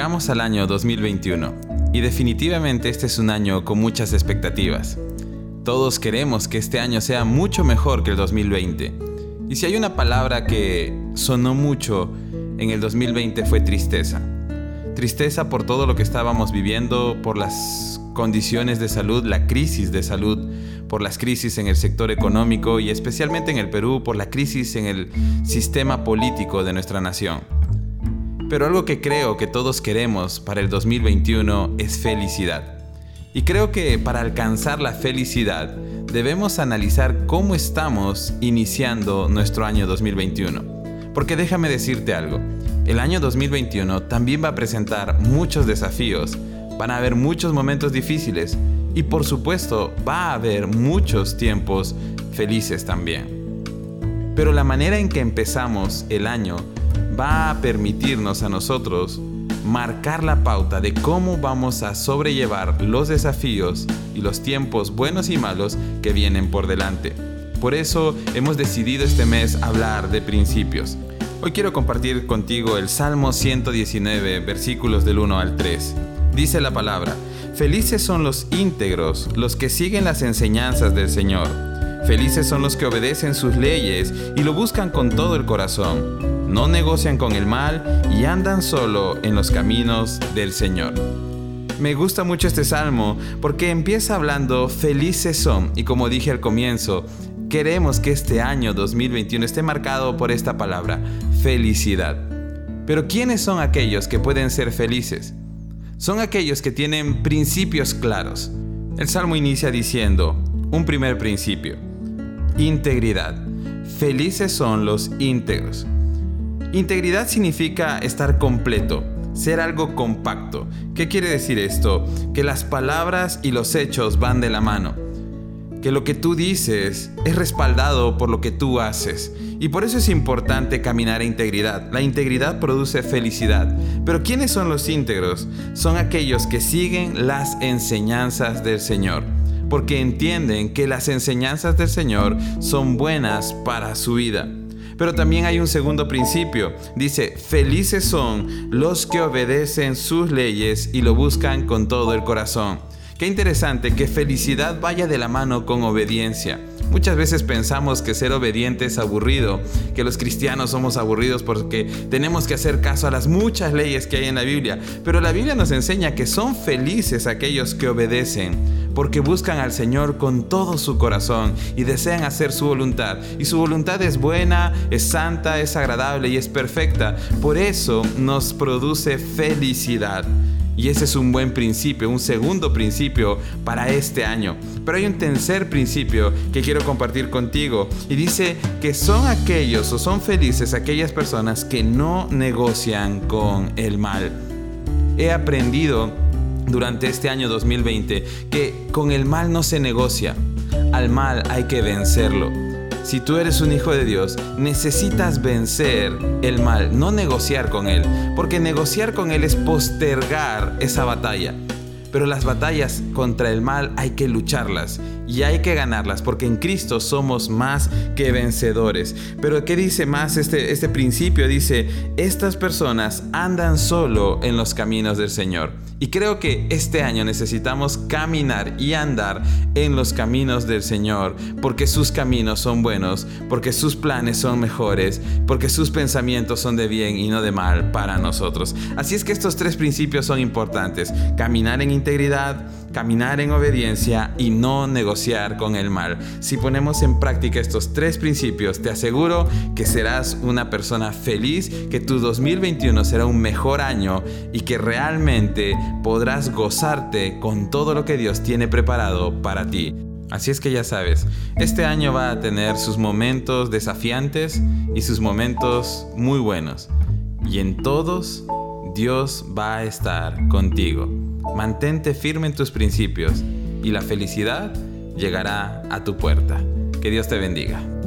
Llegamos al año 2021 y definitivamente este es un año con muchas expectativas. Todos queremos que este año sea mucho mejor que el 2020. Y si hay una palabra que sonó mucho en el 2020 fue tristeza. Tristeza por todo lo que estábamos viviendo, por las condiciones de salud, la crisis de salud, por las crisis en el sector económico y especialmente en el Perú, por la crisis en el sistema político de nuestra nación. Pero algo que creo que todos queremos para el 2021 es felicidad. Y creo que para alcanzar la felicidad debemos analizar cómo estamos iniciando nuestro año 2021. Porque déjame decirte algo, el año 2021 también va a presentar muchos desafíos, van a haber muchos momentos difíciles y por supuesto va a haber muchos tiempos felices también. Pero la manera en que empezamos el año va a permitirnos a nosotros marcar la pauta de cómo vamos a sobrellevar los desafíos y los tiempos buenos y malos que vienen por delante. Por eso hemos decidido este mes hablar de principios. Hoy quiero compartir contigo el Salmo 119, versículos del 1 al 3. Dice la palabra: felices son los íntegros, los que siguen las enseñanzas del Señor. Felices son los que obedecen sus leyes y lo buscan con todo el corazón. No negocian con el mal y andan solo en los caminos del Señor. Me gusta mucho este salmo porque empieza hablando felices son, y como dije al comienzo, queremos que este año 2021 esté marcado por esta palabra, felicidad. Pero ¿quiénes son aquellos que pueden ser felices? Son aquellos que tienen principios claros. El salmo inicia diciendo, un primer principio, integridad. Felices son los íntegros. Integridad significa estar completo, ser algo compacto. ¿Qué quiere decir esto? Que las palabras y los hechos van de la mano. Que lo que tú dices es respaldado por lo que tú haces. Y por eso es importante caminar en integridad. La integridad produce felicidad. Pero ¿quiénes son los íntegros? Son aquellos que siguen las enseñanzas del Señor. Porque entienden que las enseñanzas del Señor son buenas para su vida. Pero también hay un segundo principio. Dice, felices son los que obedecen sus leyes y lo buscan con todo el corazón. Qué interesante que felicidad vaya de la mano con obediencia. Muchas veces pensamos que ser obediente es aburrido, que los cristianos somos aburridos porque tenemos que hacer caso a las muchas leyes que hay en la Biblia. Pero la Biblia nos enseña que son felices aquellos que obedecen, porque buscan al Señor con todo su corazón y desean hacer su voluntad. Y su voluntad es buena, es santa, es agradable y es perfecta. Por eso nos produce felicidad. Y ese es un buen principio, un segundo principio para este año. Pero hay un tercer principio que quiero compartir contigo. Y dice que son aquellos o son felices aquellas personas que no negocian con el mal. He aprendido durante este año 2020 que con el mal no se negocia. Al mal hay que vencerlo. Si tú eres un hijo de Dios, necesitas vencer el mal, no negociar con él, porque negociar con él es postergar esa batalla. Pero las batallas contra el mal hay que lucharlas y hay que ganarlas, porque en Cristo somos más que vencedores. Pero ¿qué dice más este principio? Dice, estas personas andan solo en los caminos del Señor. Y creo que este año necesitamos caminar y andar en los caminos del Señor, porque sus caminos son buenos, porque sus planes son mejores, porque sus pensamientos son de bien y no de mal para nosotros. Así es que estos tres principios son importantes: caminar en integridad, caminar en obediencia y no negociar con el mal. Si ponemos en práctica estos tres principios, te aseguro que serás una persona feliz, que tu 2021 será un mejor año y que realmente podrás gozarte con todo lo que Dios tiene preparado para ti. Así es que ya sabes, este año va a tener sus momentos desafiantes y sus momentos muy buenos. Y en todos, Dios va a estar contigo. Mantente firme en tus principios y la felicidad llegará a tu puerta. Que Dios te bendiga.